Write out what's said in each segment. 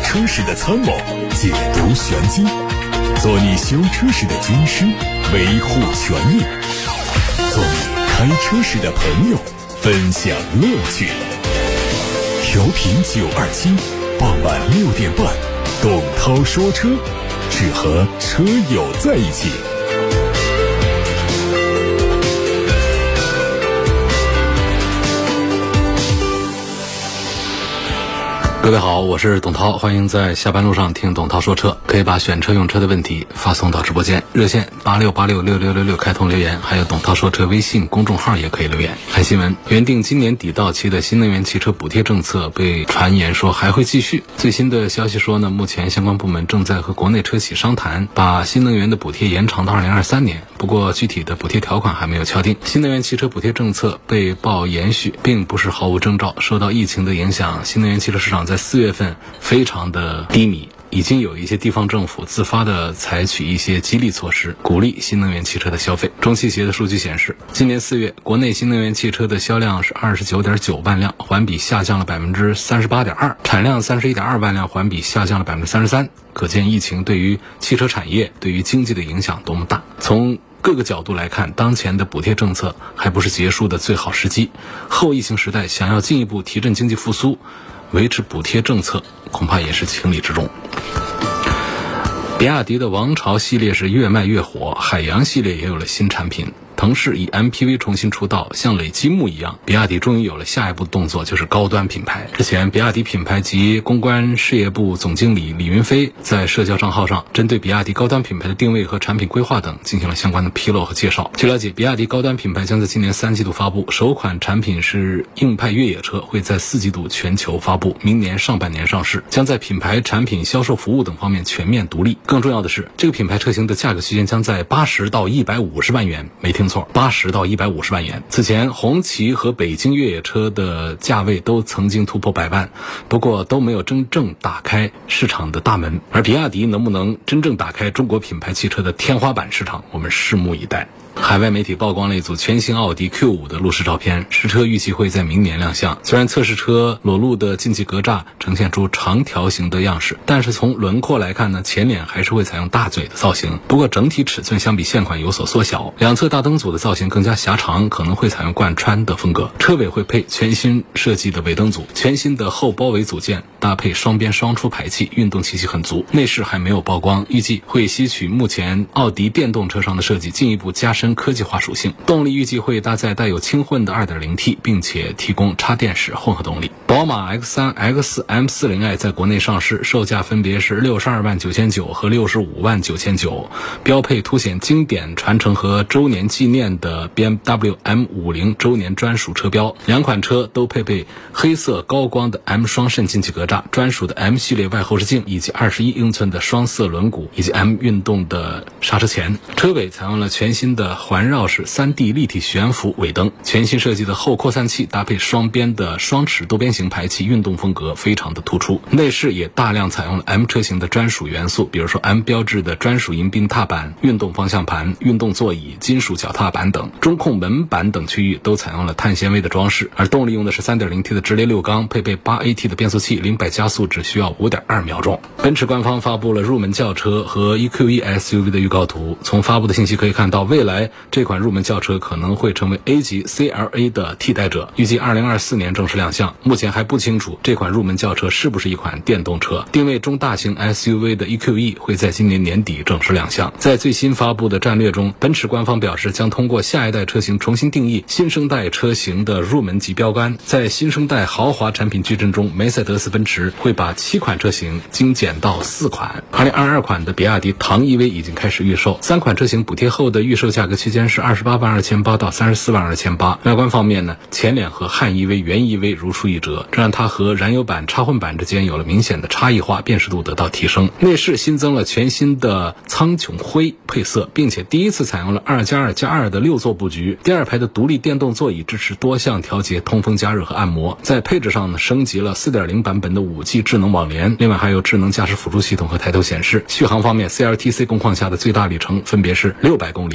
车时的参谋，解读玄机，做你修车时的军师，维护权益，做你开车时的朋友，分享乐趣。调频927，傍晚6点半，董涛说车，只和车友在一起。 各位好，我是董涛，欢迎在下班路上听董涛说车。可以把选车用车的问题发送到直播间，热线86866666开通留言，还有董涛说车微信公众号也可以留言。看新闻，原定今年底到期的新能源汽车补贴政策被传言说还会继续。最新的消息说呢，目前相关部门正在和国内车企商谈，把新能源的补贴延长到2023年。不过具体的补贴条款还没有敲定。新能源汽车补贴政策被曝延续，并不是毫无征兆。受到疫情的影响，新能源汽车市场在4月份非常的低迷，已经有一些地方政府自发的采取一些激励措施，鼓励新能源汽车的消费。中汽协的数据显示，今年4月国内新能源汽车的销量是 29.9 万辆，环比下降了 38.2%， 产量 31.2 万辆，环比下降了 33%。 可见疫情对于汽车产业、对于经济的影响多么大。从各个角度来看，当前的补贴政策还不是结束的最好时机。后疫情时代想要进一步提振经济复苏，维持补贴政策恐怕也是情理之中。比亚迪的王朝系列是越卖越火，海洋系列也有了新产品。腾势以 MPV 重新出道，像垒积木一样，比亚迪终于有了下一步动作，就是高端品牌。之前比亚迪品牌及公关事业部总经理李云飞在社交账号上针对比亚迪高端品牌的定位和产品规划等进行了相关的披露和介绍。据了解，比亚迪高端品牌将在今年3季度发布，首款产品是硬派越野车，会在4季度全球发布，明年上半年上市，将在品牌产品销售服务等方面全面独立。更重要的是，这个品牌车型的价格区间将在80到150万元，没听错，80到150万元。此前红旗和北京越野车的价位都曾经突破100万，不过都没有真正打开市场的大门。而比亚迪能不能真正打开中国品牌汽车的天花板市场，我们拭目以待。海外媒体曝光了一组全新奥迪 Q5 的路试照片，实车预计会在明年亮相。虽然测试车裸露的进气格栅呈现出长条形的样式，但是从轮廓来看呢，前脸还是会采用大嘴的造型，不过整体尺寸相比现款有所缩小，两侧大灯组的造型更加狭长，可能会采用贯穿的风格。车尾会配全新设计的尾灯组，全新的后包围组件搭配双边双出排气，运动气息很足。内饰还没有曝光，预计会吸取目前奥迪电动车上的设计，进一步加深科技化属性。动力预计会搭载带有轻混的 2.0T， 并且提供插电式混合动力。宝马 X3、X、M40i 在国内上市，售价分别是62万9,900和65万9,900，标配凸显经典传承和周年纪念的 BMW M50 周年专属车标。两款车都配备黑色高光的 M 双肾进气格栅、专属的 M 系列外后视镜，以及21英寸的双色轮毂，以及 M 运动的刹车钳。车尾采用了全新的环绕式 3D 立体悬浮尾灯，全新设计的后扩散器搭配双边的双齿多边形排气，运动风格非常的突出。内饰也大量采用了 M 车型的专属元素，比如说 M 标志的专属迎宾踏板、运动方向盘、运动座椅、金属脚踏板等。中控门板等区域都采用了碳纤维的装饰，而动力用的是 3.0T 的直列6缸，配备 8AT 的变速器，0-100加速只需要 5.2秒钟。奔驰官方发布了入门轿车和 EQE SUV 的预告图，从发布的信息可以看到，未来这款入门轿车可能会成为 A 级 CLA 的替代者，预计2024年正式亮相。目前还不清楚这款入门轿车是不是一款电动车。定位中大型 SUV 的 EQE 会在今年年底正式亮相。在最新发布的战略中，奔驰官方表示将通过下一代车型重新定义新生代车型的入门级标杆。在新生代豪华产品矩阵中，梅赛德斯奔驰会把7款车型精简到4款。2022款的比亚迪唐 EV 已经开始预售，3款车型补贴后的预售价格区间是28.228万到34.228万。外观方面呢，前脸和汉 EV、原 EV 如出一辙，这让它和燃油版、插混版之间有了明显的差异化，辨识度得到提升。内饰新增了全新的苍穹灰配色，并且第一次采用了2+2+2的6座布局。第二排的独立电动座椅支持多项调节、通风、加热和按摩。在配置上呢，升级了 4.0 版本的 5G 智能网联，另外还有智能驾驶辅助系统和抬头显示。续航方面， CLTC 工况下的最大里程分别是600公里、600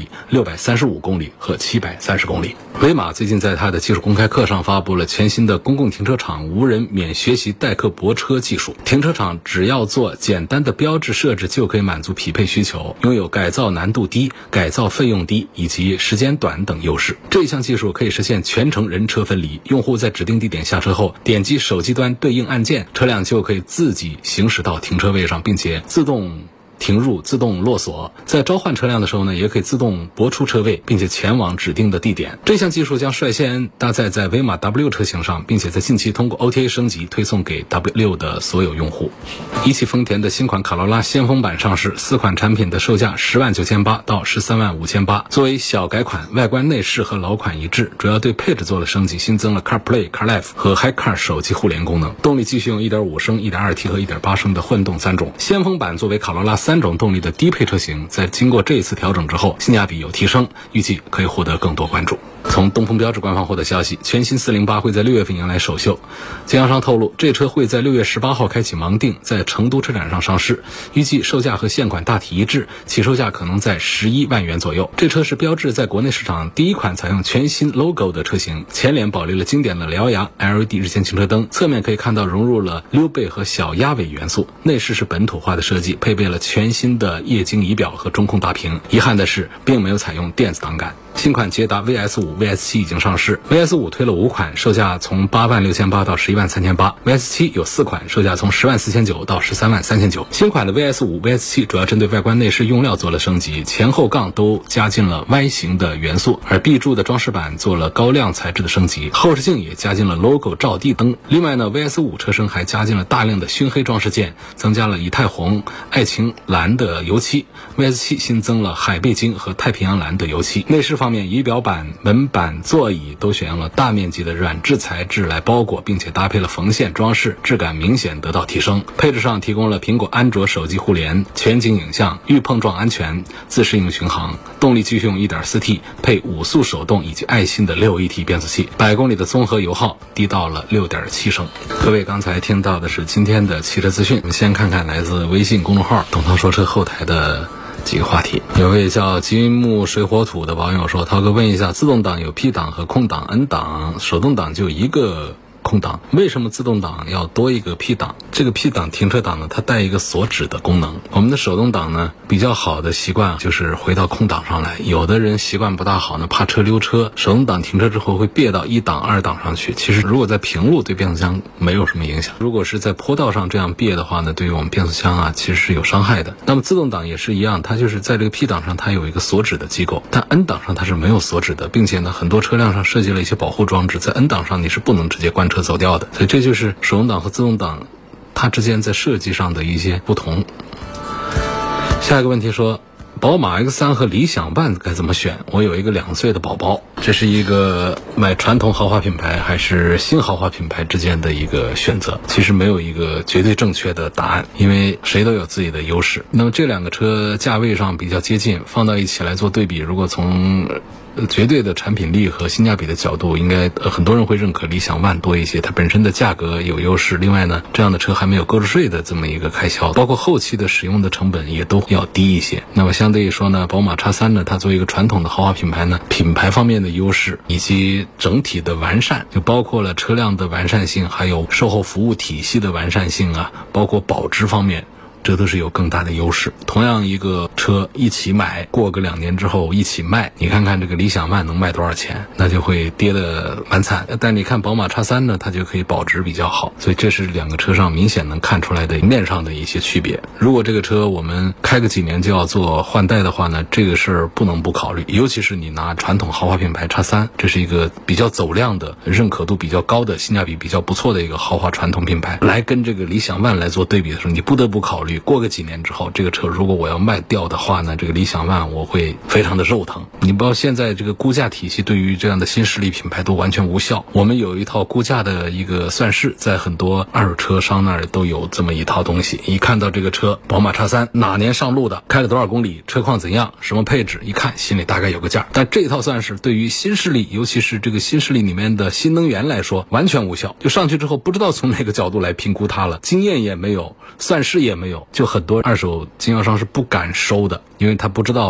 635公里和730公里。威马最近在它的技术公开课上发布了全新的公共停车场无人免学习代客泊车技术，停车场只要做简单的标志设置就可以满足匹配需求，拥有改造难度低、改造费用低以及时间短等优势。这项技术可以实现全程人车分离，用户在指定地点下车后，点击手机端对应按键，车辆就可以自己行驶到停车位上，并且自动停入、自动落锁，在召唤车辆的时候呢，也可以自动泊出车位，并且前往指定的地点。这项技术将率先搭载在威马 W 车型上，并且在近期通过 OTA 升级推送给 W6 的所有用户。一汽丰田的新款卡罗拉先锋版上市，4款产品的售价10.98万到13.58万。作为小改款，外观内饰和老款一致，主要对配置做了升级，新增了 CarPlay、CarLife 和 HiCar 手机互联功能。动力继续用 1.5 升、1.2T 和 1.8 升的混动3种。先锋版作为卡罗拉3种动力的低配车型，在经过这一次调整之后，性价比有提升，预计可以获得更多关注。从东风标致官方获得消息，全新408会在6月份迎来首秀。经销商透露，这车会在6月18号开启盲定，在成都车展上上市，预计售价和现款大体一致，起售价可能在11万元左右。这车是标致在国内市场第一款采用全新 logo 的车型，前脸保留了经典的獠牙 LED 日间行车灯，侧面可以看到融入了溜背和小鸭尾元素，内饰是本土化的设计，配备了全新的液晶仪表和中控大屏。遗憾的是，并没有采用电子档杆。新款捷达 VS5、VS7 已经上市 ，VS5 推了5款，售价从8.68万到11.38万，VS7 有4款，售价从10.49万到13.39万。新款的 VS5、VS7 主要针对外观内饰用料做了升级，前后杠都加进了 Y 型的元素，而 B 柱的装饰板做了高亮材质的升级，后视镜也加进了 logo 照地灯。另外呢 ，VS5 车身还加进了大量的熏黑装饰件，增加了以太红、爱情蓝的油漆。VS7 新增了海贝金和太平洋蓝的油漆。内饰方面，仪表板、门板、座椅都选用了大面积的软质材质来包裹，并且搭配了缝线装饰，质感明显得到提升。配置上提供了苹果安卓手机互联、全景影像、预碰撞安全、自适应巡航。动力继续用 1.4T 配5速手动以及爱信的6AT 变速器，100公里的综合油耗低到了6.7升。各位刚才听到的是今天的汽车资讯，我们先看看来自微信公众号董涛说车后台的几个话题。有位叫金木水火土的网友说，涛哥问一下，自动挡有 P 档和空档 N 档，手动挡就一个空档，为什么自动挡要多一个 P 档？这个 P 档停车档呢，它带一个锁止的功能。我们的手动挡呢，比较好的习惯就是回到空档上来，有的人习惯不大好呢，怕车溜车，手动挡停车之后会别到1档、2档上去。其实如果在平路对变速箱没有什么影响，如果是在坡道上这样别的话呢，对于我们变速箱啊其实是有伤害的。那么自动挡也是一样，它就是在这个 P 档上它有一个锁止的机构，但 N 档上它是没有锁止的，并且呢很多车辆上设计了一些保护装置，在 N 档上你是不能直接关车走掉的。所以这就是手动挡和自动挡它之间在设计上的一些不同。下一个问题说，宝马 X3 和理想 ONE 该怎么选？我有一个2岁的宝宝，这是一个买传统豪华品牌还是新豪华品牌之间的一个选择。其实没有一个绝对正确的答案，因为谁都有自己的优势。那么这两个车价位上比较接近，放到一起来做对比，如果从绝对的产品力和性价比的角度，应该很多人会认可理想 ONE 多一些，它本身的价格有优势。另外呢，这样的车还没有购置税的这么一个开销，包括后期的使用的成本也都要低一些。那么相对于说呢，宝马 X3 呢，它作为一个传统的豪华品牌呢，品牌方面的优势以及整体的完善，就包括了车辆的完善性，还有售后服务体系的完善性啊，包括保值方面，这都是有更大的优势。同样一个车一起买，过个2年之后一起卖，你看看这个理想 ONE 能卖多少钱，那就会跌得蛮惨。但你看宝马 X3 呢，它就可以保值比较好，所以这是两个车上明显能看出来的面上的一些区别。如果这个车我们开个几年就要做换代的话呢，这个事儿不能不考虑。尤其是你拿传统豪华品牌 X3， 这是一个比较走量的、认可度比较高的、性价比比较不错的一个豪华传统品牌，来跟这个理想 ONE 来做对比的时候，你不得不考虑过个几年之后，这个车如果我要卖掉的话呢，这个理想 ONE 我会非常的肉疼。你不知道现在这个估价体系对于这样的新势力品牌都完全无效。我们有一套估价的一个算式，在很多二手车商那儿都有这么一套东西。一看到这个车宝马 X3 哪年上路的，开了多少公里，车况怎样，什么配置，一看心里大概有个价。但这套算式对于新势力，尤其是这个新势力里面的新能源来说完全无效。就上去之后不知道从哪个角度来评估它了，经验也没有，算式也没有，就很多二手经销商是不敢收的，因为他不知道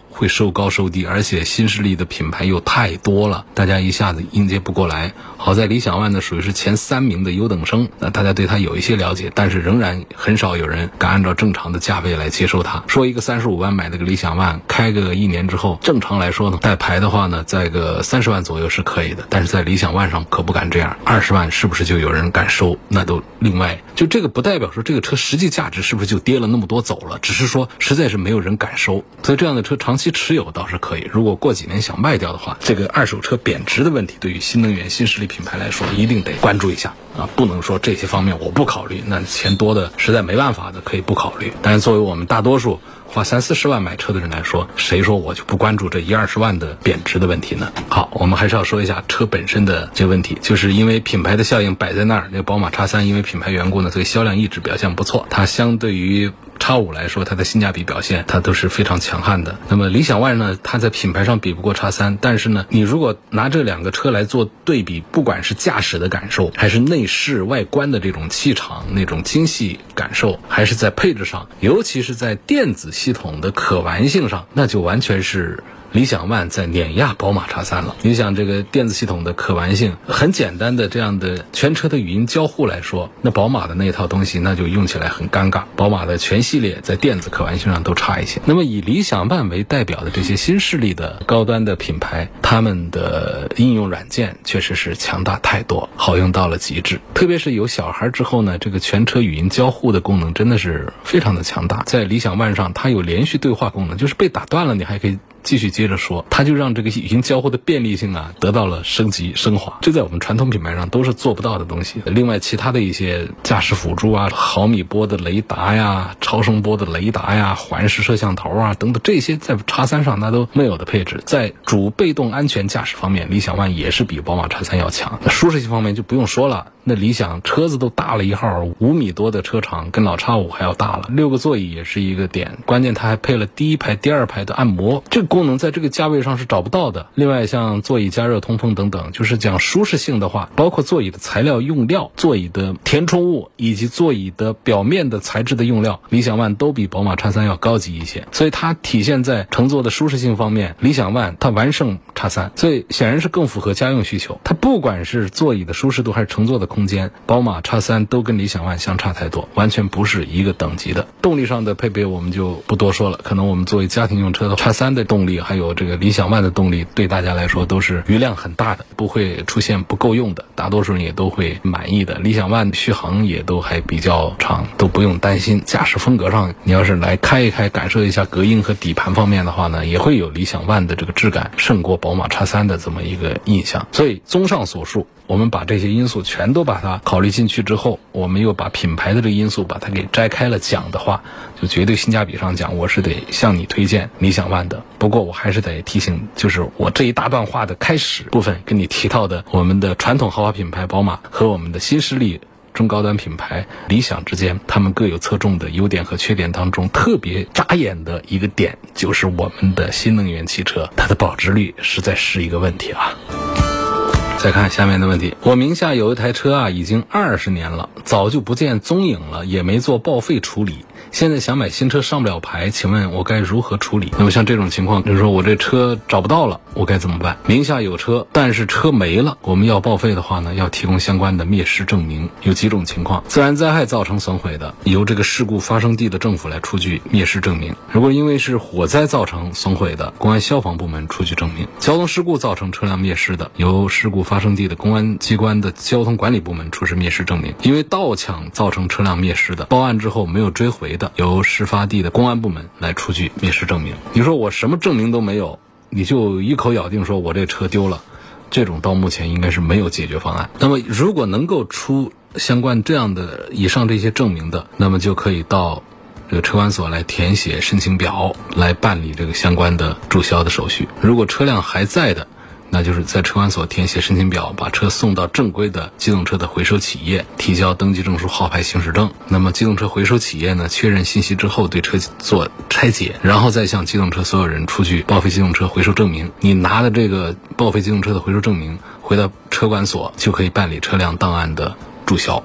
会收高收低，而且新势力的品牌又太多了，大家一下子应接不过来。好在理想 ONE 呢属于是前3名的优等生，那大家对它有一些了解，但是仍然很少有人敢按照正常的价位来接受它。说一个35万买的个理想 ONE， 开个1年之后，正常来说呢，带牌的话呢，在个30万左右是可以的，但是在理想 ONE 上可不敢这样。20万是不是就有人敢收？那都另外，就这个不代表说这个车实际价值是不是就跌了那么多走了，只是说实在是没有人敢收。所以这样的车长期持有倒是可以，如果过几年想卖掉的话，这个二手车贬值的问题对于新能源新势力品牌来说一定得关注一下啊，不能说这些方面我不考虑，那钱多的实在没办法的可以不考虑。但是作为我们大多数花30-40万买车的人来说，谁说我就不关注这10-20万的贬值的问题呢？好，我们还是要说一下车本身的这个问题，就是因为品牌的效应摆在那儿，那个宝马 X3 因为品牌缘故呢，所以销量一直表现不错，它相对于X5来说，它的性价比表现它都是非常强悍的。那么理想 ONE 呢，它在品牌上比不过 X3， 但是呢，你如果拿这两个车来做对比，不管是驾驶的感受，还是内饰外观的这种气场那种精细感受，还是在配置上，尤其是在电子系统的可玩性上，那就完全是理想 ONE 在碾压宝马 X3 了。你想这个电子系统的可玩性，很简单的这样的全车的语音交互来说，那宝马的那套东西那就用起来很尴尬，宝马的全系列在电子可玩性上都差一些。那么以理想 ONE 为代表的这些新势力的高端的品牌，他们的应用软件确实是强大太多，好用到了极致。特别是有小孩之后呢，这个全车语音交互的功能真的是非常的强大。在理想 ONE 上，它有连续对话功能，就是被打断了你还可以继续接着说，它就让这个语音交互的便利性啊得到了升级升华，这在我们传统品牌上都是做不到的东西。另外其他的一些驾驶辅助啊，毫米波的雷达呀，超声波的雷达呀，环视摄像头啊等等，这些在 X3 上那都没有的配置。在主被动安全驾驶方面，理想 ONE 也是比宝马 X3 要强。那舒适性方面就不用说了，那理想车子都大了一号，5米多的车长跟老 X5 还要大了，6个座椅也是一个点，关键它还配了第一排第二排的按摩，这个功能在这个价位上是找不到的。另外像座椅加热通风等等，就是讲舒适性的话，包括座椅的材料用料、座椅的填充物以及座椅的表面的材质的用料，理想 ONE 都比宝马 X3 要高级一些，所以它体现在乘坐的舒适性方面，理想 ONE 它完胜 X3， 所以显然是更符合家用需求。它不管是座椅的舒适度还是乘坐的空间，宝马 X3 都跟理想 ONE 相差太多，完全不是一个等级的。动力上的配备我们就不多说了，可能我们作为家庭用车的 X3 的动力还有这个理想 ONE 的动力对大家来说都是余量很大的，不会出现不够用的，大多数人也都会满意的。理想 ONE 续航也都还比较长，都不用担心。驾驶风格上你要是来开一开，感受一下隔音和底盘方面的话呢，也会有理想 ONE 的这个质感胜过宝马 X3 的这么一个印象。所以综上所述，我们把这些因素全都把它考虑进去之后，我们又把品牌的这个因素把它给摘开了讲的话，就绝对性价比上讲，我是得向你推荐理想 ONE 的。不过我还是得提醒，就是我这一大段话的开始部分跟你提到的我们的传统豪华品牌宝马和我们的新势力中高端品牌理想之间，他们各有侧重的优点和缺点当中，特别扎眼的一个点就是我们的新能源汽车，它的保值率实在是一个问题啊。再看下面的问题，我名下有一台车啊，已经20年了，早就不见踪影了，也没做报废处理，现在想买新车上不了牌，请问我该如何处理？那么像这种情况，就是说我这车找不到了，我该怎么办？名下有车，但是车没了，我们要报废的话呢，要提供相关的灭失证明。有几种情况，自然灾害造成损毁的，由这个事故发生地的政府来出具灭失证明；如果因为是火灾造成损毁的，公安消防部门出具证明；交通事故造成车辆灭失的，由事故发生地的公安机关的交通管理部门出示灭失证明；因为盗抢造成车辆灭失的，报案之后没有追回的，由事发地的公安部门来出具灭失证明。你说我什么证明都没有，你就一口咬定说我这车丢了，这种到目前应该是没有解决方案。那么如果能够出相关这样的以上这些证明的，那么就可以到这个车管所来填写申请表，来办理这个相关的注销的手续。如果车辆还在的，那就是在车管所填写申请表，把车送到正规的机动车的回收企业，提交登记证书、号牌、行驶证。那么机动车回收企业呢，确认信息之后对车做拆解，然后再向机动车所有人出具报废机动车回收证明。你拿的这个报废机动车的回收证明回到车管所，就可以办理车辆档案的注销。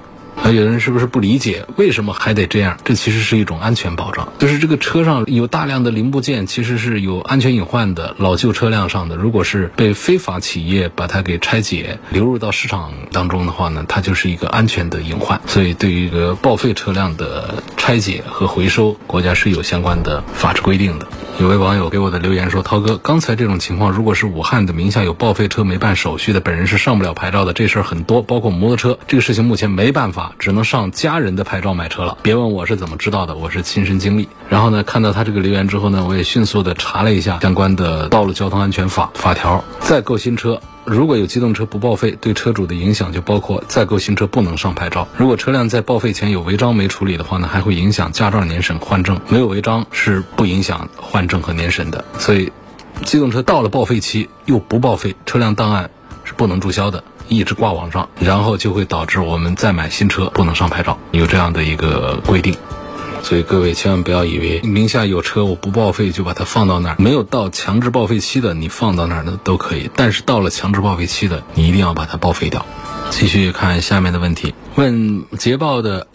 有人是不是不理解为什么还得这样？这其实是一种安全保障，就是这个车上有大量的零部件其实是有安全隐患的，老旧车辆上的，如果是被非法企业把它给拆解流入到市场当中的话呢，它就是一个安全的隐患。所以对于这个报废车辆的拆解和回收，国家是有相关的法制规定的。有位网友给我的留言说，涛哥，刚才这种情况如果是武汉的名下有报废车没办手续的，本人是上不了牌照的，这事儿很多，包括摩托车，这个事情目前没办法，只能上家人的牌照买车了。别问我是怎么知道的，我是亲身经历。然后呢，看到他这个留言之后呢，我也迅速的查了一下相关的道路交通安全法条，再购新车如果有机动车不报废，对车主的影响就包括再购新车不能上牌照。如果车辆在报废前有违章没处理的话呢，还会影响驾照年审换证。没有违章是不影响换证和年审的。所以机动车到了报废期又不报废，车辆档案是不能注销的，一直挂网上，然后就会导致我们再买新车不能上牌照，有这样的一个规定。所以各位千万不要以为名下有车我不报废就把它放到那儿，没有到强制报废期的你放到那儿的都可以，但是到了强制报废期的你一定要把它报废掉。继续看下面的问题，问捷豹的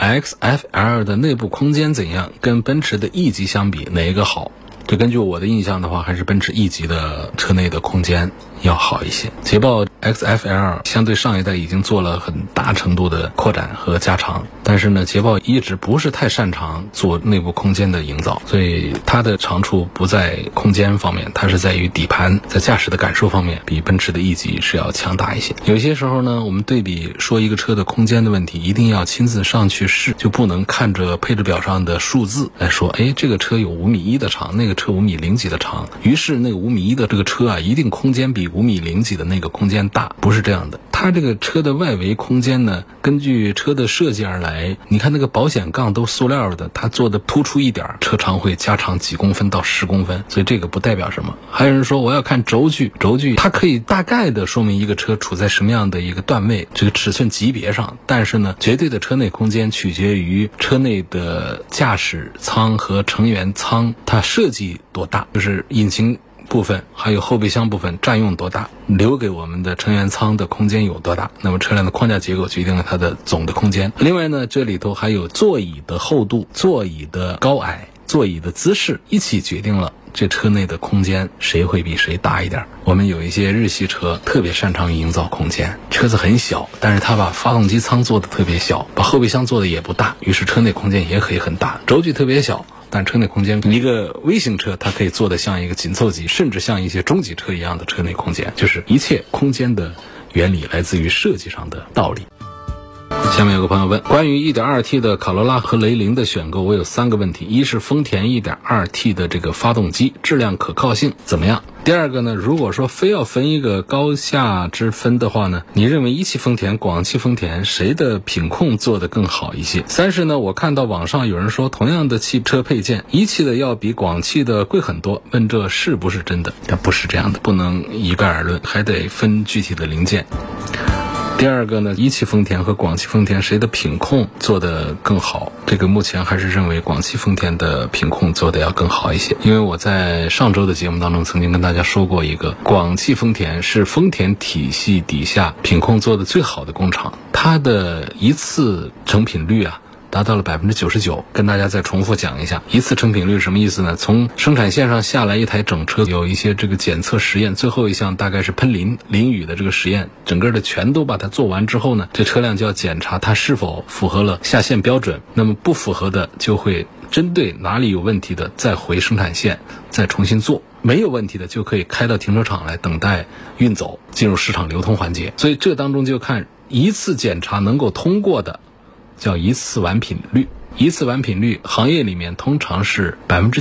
XFL 的内部空间怎样，跟奔驰的 E 级相比哪一个好？这根据我的印象的话，还是奔驰 E 级的车内的空间要好一些。捷豹 XFL 相对上一代已经做了很大程度的扩展和加长，但是呢，捷豹一直不是太擅长做内部空间的营造，所以它的长处不在空间方面，它是在于底盘在驾驶的感受方面比奔驰的 E 级是要强大一些。有些时候呢，我们对比说一个车的空间的问题，一定要亲自上去试，就不能看着配置表上的数字来说，这个车有5.1米的长，那个车5.0米几的长，于是那个5.1米的这个车啊，一定空间比5.0米几的那个空间大，不是这样的。它这个车的外围空间呢，根据车的设计而来。你看那个保险杠都塑料的，它做的突出一点，车长会加长几公分到10公分，所以这个不代表什么。还有人说我要看轴距它可以大概的说明一个车处在什么样的一个段位，这个尺寸级别上，但是呢，绝对的车内空间取决于车内的驾驶舱和成员舱它设计多大，就是引擎部分还有后备箱部分占用多大，留给我们的成员舱的空间有多大，那么车辆的框架结构决定了它的总的空间。另外呢，这里头还有座椅的厚度、座椅的高矮、座椅的姿势，一起决定了这车内的空间谁会比谁大一点。我们有一些日系车特别擅长于营造空间，车子很小，但是它把发动机舱做的特别小，把后备箱做的也不大，于是车内空间也可以很大。轴距特别小，但车内空间，一个微型车它可以做得像一个紧凑级，甚至像一些中级车一样的车内空间，就是一切空间的原理来自于设计上的道理。下面有个朋友问，关于 1.2T 的卡罗拉和雷凌的选购，我有3个问题。一是丰田 1.2T 的这个发动机质量可靠性怎么样？第二个呢，如果说非要分一个高下之分的话呢，你认为一汽丰田、广汽丰田谁的品控做得更好一些？三是呢，我看到网上有人说同样的汽车配件，一汽的要比广汽的贵很多，问这是不是真的？它不是这样的，不能一概而论，还得分具体的零件。第二个呢，一汽丰田和广汽丰田谁的品控做得更好？这个目前还是认为广汽丰田的品控做得要更好一些。因为我在上周的节目当中曾经跟大家说过一个，广汽丰田是丰田体系底下品控做得最好的工厂，它的一次成品率达到了 99%， 跟大家再重复讲一下，一次成品率是什么意思呢？从生产线上下来一台整车，有一些这个检测实验，最后一项大概是喷淋雨的这个实验，整个的全都把它做完之后呢，这车辆就要检查它是否符合了下线标准，那么不符合的就会针对哪里有问题的再回生产线再重新做，没有问题的就可以开到停车场来等待运走，进入市场流通环节。所以这当中就看一次检查能够通过的叫一次完品率，一次完品率行业里面通常是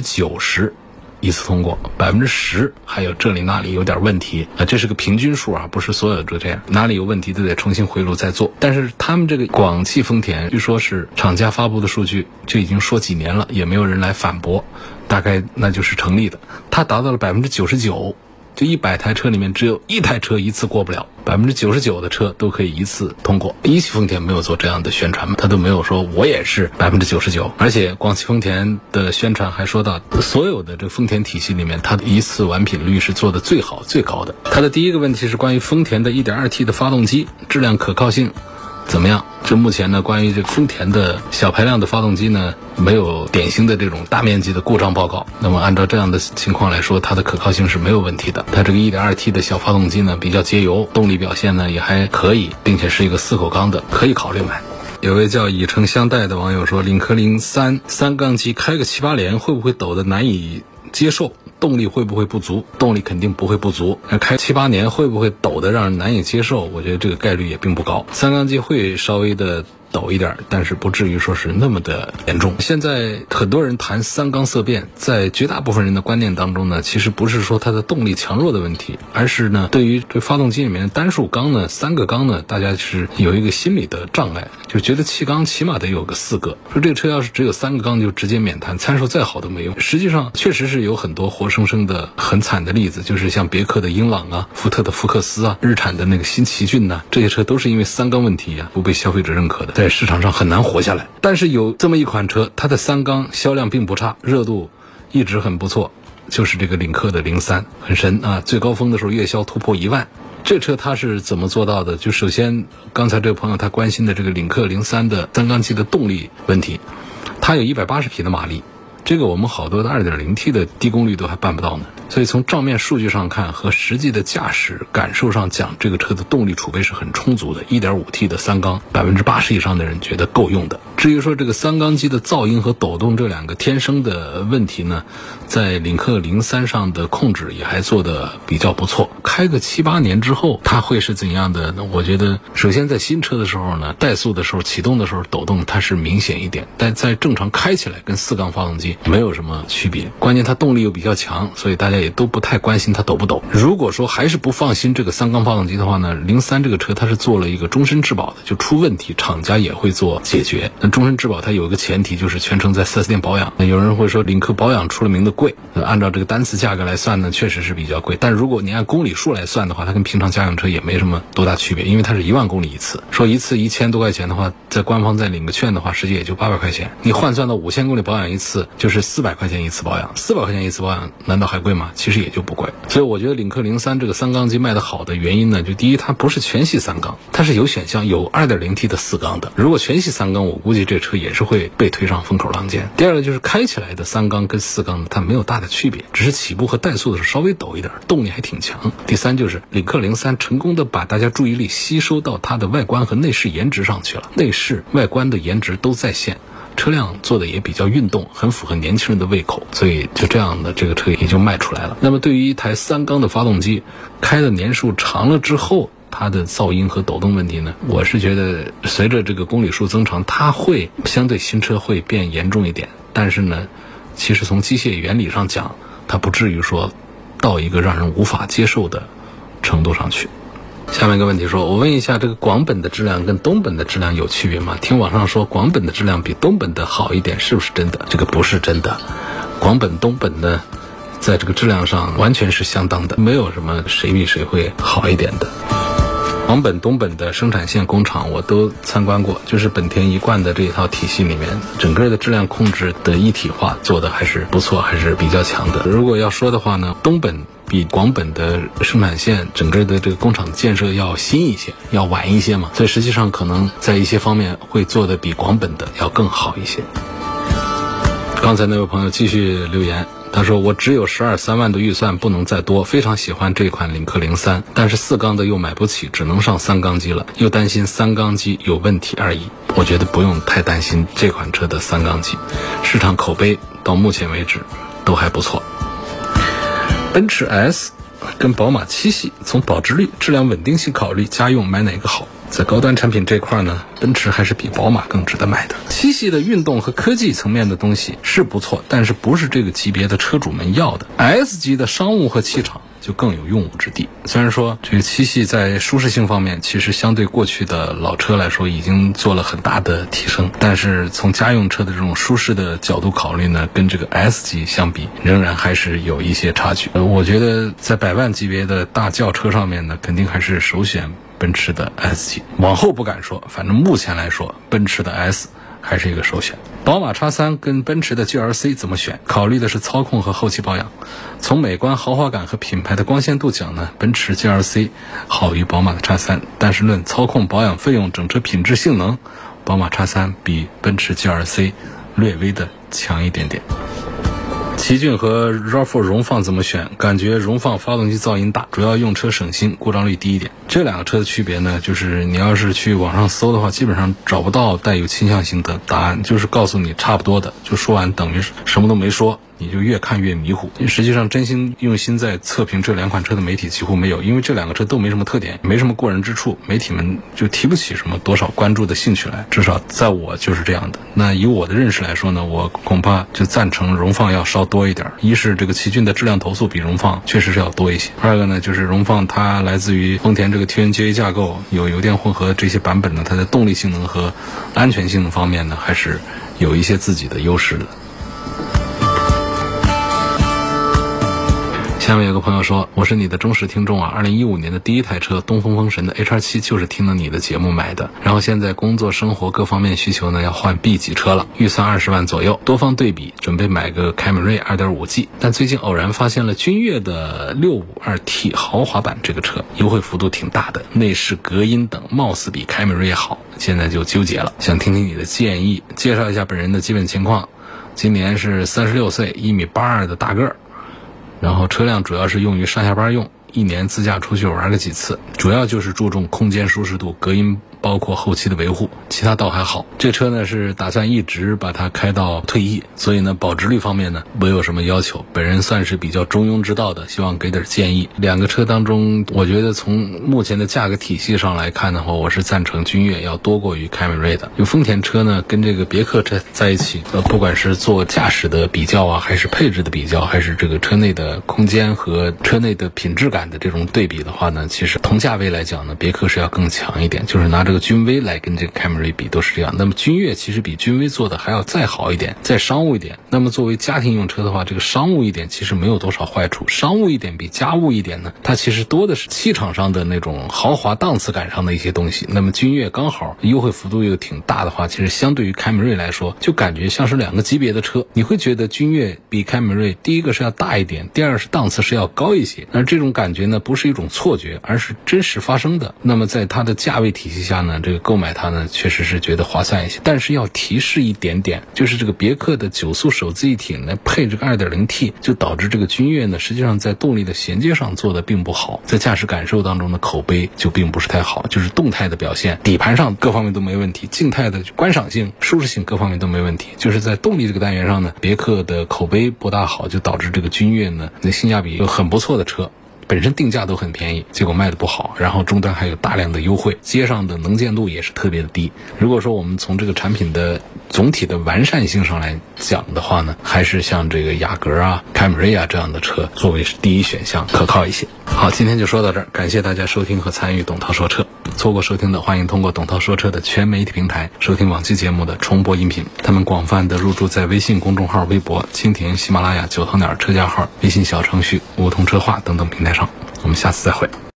90% 一次通过， 10% 还有这里那里有点问题这是个平均数不是所有都这样，哪里有问题都得重新回炉再做。但是他们这个广汽丰田据说是厂家发布的数据就已经说几年了，也没有人来反驳，大概那就是成立的，它达到了 99%，就100台车里面只有1台车一次过不了，99%的车都可以一次通过。一汽丰田没有做这样的宣传，他都没有说我也是 99%。而且广汽丰田的宣传还说到，所有的这个丰田体系里面，它的一次完品率是做的最好最高的。它的第一个问题是关于丰田的 1.2T 的发动机质量可靠性怎么样？这目前呢，关于这个丰田的小排量的发动机呢，没有典型的这种大面积的故障报告。那么按照这样的情况来说，它的可靠性是没有问题的。它这个 1.2T 的小发动机呢，比较节油，动力表现呢也还可以，并且是一个4口缸的，可以考虑买。有位叫以诚相待的网友说，领克03 3缸机开个7、8年会不会抖得难以接受？动力会不会不足？动力肯定不会不足。开7、8年会不会抖得让人难以接受？我觉得这个概率也并不高。3缸机会稍微的抖一点，但是不至于说是那么的严重。现在很多人谈3缸色变，在绝大部分人的观念当中呢，其实不是说它的动力强弱的问题，而是呢对于这发动机里面的单数缸呢3个缸呢，大家是有一个心理的障碍，就觉得气缸起码得有个4个，说这个车要是只有3个缸就直接免谈，参数再好都没用。实际上确实是有很多活生生的很惨的例子，就是像别克的英朗啊、福特的福克斯啊、日产的那个新奇骏啊，这些车都是因为3缸问题啊不被消费者认可的，在市场上很难活下来。但是有这么一款车，它的3缸销量并不差，热度一直很不错，就是这个领克的03，很神啊！最高峰的时候月销突破1万。这车它是怎么做到的？就首先刚才这个朋友他关心的这个领克03的3缸机的动力问题，它有180匹的马力，这个我们好多的 2.0T 的低功率都还办不到呢。所以从账面数据上看和实际的驾驶感受上讲，这个车的动力储备是很充足的。 1.5T 的3缸 80% 以上的人觉得够用的。至于说这个3缸机的噪音和抖动这两个天生的问题呢，在领克03上的控制也还做得比较不错。开个7、8年之后它会是怎样的呢？我觉得首先在新车的时候呢，怠速的时候启动的时候抖动它是明显一点，但在正常开起来跟4缸发动机没有什么区别。关键它动力又比较强，所以大家也都不太关心它抖不抖。如果说还是不放心这个3缸发动机的话呢，03这个车它是做了一个终身质保的，就出问题厂家也会做解决。那终身质保它有一个前提，就是全程在 4S 店保养。那有人会说领克保养出了名的贵，按照这个单次价格来算呢，确实是比较贵。但如果你按公里数来算的话，它跟平常家用车也没什么多大区别，因为它是1万公里一次。说一次1000多块钱的话，在官方再领个券的话，实际也就800块钱。你换算到5000公里保养一次，就是400块钱一次保养。400块钱一次保养，难道还贵吗？其实也就不贵。所以我觉得领克03这个3缸机卖得好的原因呢，就第一，它不是全系3缸，它是有选项，有 2.0T 的4缸的。如果全系3缸，我估计这车也是会被推上风口浪尖。第二个就是开起来的3缸跟4缸它没有大的区别，只是起步和怠速的时候稍微抖一点，动力还挺强。第三就是领克03成功的把大家注意力吸收到它的外观和内饰颜值上去了，内饰外观的颜值都在线，车辆做的也比较运动，很符合年轻人的胃口，所以就这样的这个车也就卖出来了。那么对于一台3缸的发动机，开的年数长了之后，它的噪音和抖动问题呢，我是觉得随着这个公里数增长，它会相对新车会变严重一点。但是呢，其实从机械原理上讲，它不至于说到一个让人无法接受的程度上去。下面一个问题说，我问一下，这个广本的质量跟东本的质量有区别吗？听网上说广本的质量比东本的好一点，是不是真的？这个不是真的。广本东本呢，在这个质量上完全是相当的，没有什么谁比谁会好一点的。广本东本的生产线工厂我都参观过，就是本田一贯的这一套体系里面，整个的质量控制的一体化做的还是不错，还是比较强的。如果要说的话呢，东本比广本的生产线整个的这个工厂建设要新一些，要晚一些嘛，所以实际上可能在一些方面会做的比广本的要更好一些。刚才那位朋友继续留言，他说我只有3万的预算，不能再多，非常喜欢这款领克03，但是4缸的又买不起，只能上3缸机了，又担心3缸机有问题而已。我觉得不用太担心这款车的3缸机，市场口碑到目前为止都还不错。奔驰 S 跟宝马7系，从保值率、质量稳定性考虑，家用买哪个好？在高端产品这块呢，奔驰还是比宝马更值得买的。7系的运动和科技层面的东西是不错，但是不是这个级别的车主们要的。S 级的商务和气场就更有用武之地。虽然说这个7系在舒适性方面其实相对过去的老车来说已经做了很大的提升，但是从家用车的这种舒适的角度考虑呢，跟这个 S 级相比仍然还是有一些差距。我觉得在100万级别的大轿车上面呢，肯定还是首选奔驰的 S 级，往后不敢说，反正目前来说奔驰的 S 还是一个首选。宝马 X3 跟奔驰的 GLC 怎么选？考虑的是操控和后期保养。从美观、豪华感和品牌的光鲜度讲呢，奔驰 GLC 好于宝马的 X3， 但是论操控、保养费用、整车品质、性能，宝马 X3 比奔驰 GLC 略微的强一点点。奇骏和 RAV4 荣放怎么选？感觉荣放发动机噪音大，主要用车省心，故障率低一点。这两个车的区别呢，就是你要是去网上搜的话，基本上找不到带有倾向性的答案，就是告诉你差不多的，就说完等于什么都没说，你就越看越迷糊。实际上真心用心在测评这两款车的媒体几乎没有，因为这两个车都没什么特点，没什么过人之处，媒体们就提不起什么多少关注的兴趣来，至少在我就是这样的。那以我的认识来说呢，我恐怕就赞成荣放要稍多一点。一是这个奇骏的质量投诉比荣放确实是要多一些，二个呢就是荣放它来自于丰田这个 TNGA 架构，有油电混合这些版本呢，它的动力性能和安全性能方面呢还是有一些自己的优势的。下面有个朋友说，我是你的忠实听众啊，2015年的第一台车东风风神的 HR7 就是听了你的节目买的，然后现在工作生活各方面需求呢要换 B 级车了，预算20万左右，多方对比准备买个凯美瑞 2.5G， 但最近偶然发现了君越的 652T 豪华版这个车，优惠幅度挺大的，内饰隔音等貌似比凯美瑞好，现在就纠结了，想听听你的建议，介绍一下本人的基本情况。今年是36岁，1.82米的大个儿，然后车辆主要是用于上下班用，一年自驾出去玩个几次，主要就是注重空间舒适度、隔音，包括后期的维护，其他倒还好。这车呢是打算一直把它开到退役，所以呢保值率方面呢没有什么要求，本人算是比较中庸之道的，希望给点建议。两个车当中，我觉得从目前的价格体系上来看的话，我是赞成君越要多过于凯美瑞的。因为丰田车呢跟这个别克车在一起，不管是做驾驶的比较啊，还是配置的比较，还是这个车内的空间和车内的品质感的这种对比的话呢，其实同价位来讲呢，别克是要更强一点，就是拿这个君威来跟这个凯美瑞比都是这样。那么君越其实比君威做的还要再好一点，再商务一点。那么作为家庭用车的话，这个商务一点其实没有多少坏处，商务一点比家务一点呢，它其实多的是气场上的那种豪华档次感上的一些东西。那么君越刚好优惠幅度又挺大的话，其实相对于凯美瑞来说，就感觉像是两个级别的车。你会觉得君越比凯美瑞第一个是要大一点，第二是档次是要高一些。而这种感觉呢不是一种错觉，而是真实发生的。那么在它的价位体系下呢，这个购买它呢确实是觉得划算一些。但是要提示一点点，就是这个别克的9速手自一体呢配这个 2.0T， 就导致这个君越呢实际上在动力的衔接上做的并不好，在驾驶感受当中的口碑就并不是太好，就是动态的表现，底盘上各方面都没问题，静态的观赏性、舒适性各方面都没问题，就是在动力这个单元上呢，别克的口碑不大好，就导致这个君越呢那性价比有很不错的车，本身定价都很便宜，结果卖的不好，然后终端还有大量的优惠，街上的能见度也是特别的低。如果说我们从这个产品的总体的完善性上来讲的话呢，还是像这个雅阁啊、凯美瑞啊这样的车作为是第一选项，可靠一些。好，今天就说到这儿，感谢大家收听和参与董涛说车。错过收听的，欢迎通过董涛说车的全媒体平台收听往期节目的重播音频。他们广泛的入驻在微信公众号、微博、蜻蜓、喜马拉雅、九头鸟车架号、微信小程序梧桐车话等等平台上。我们下次再会。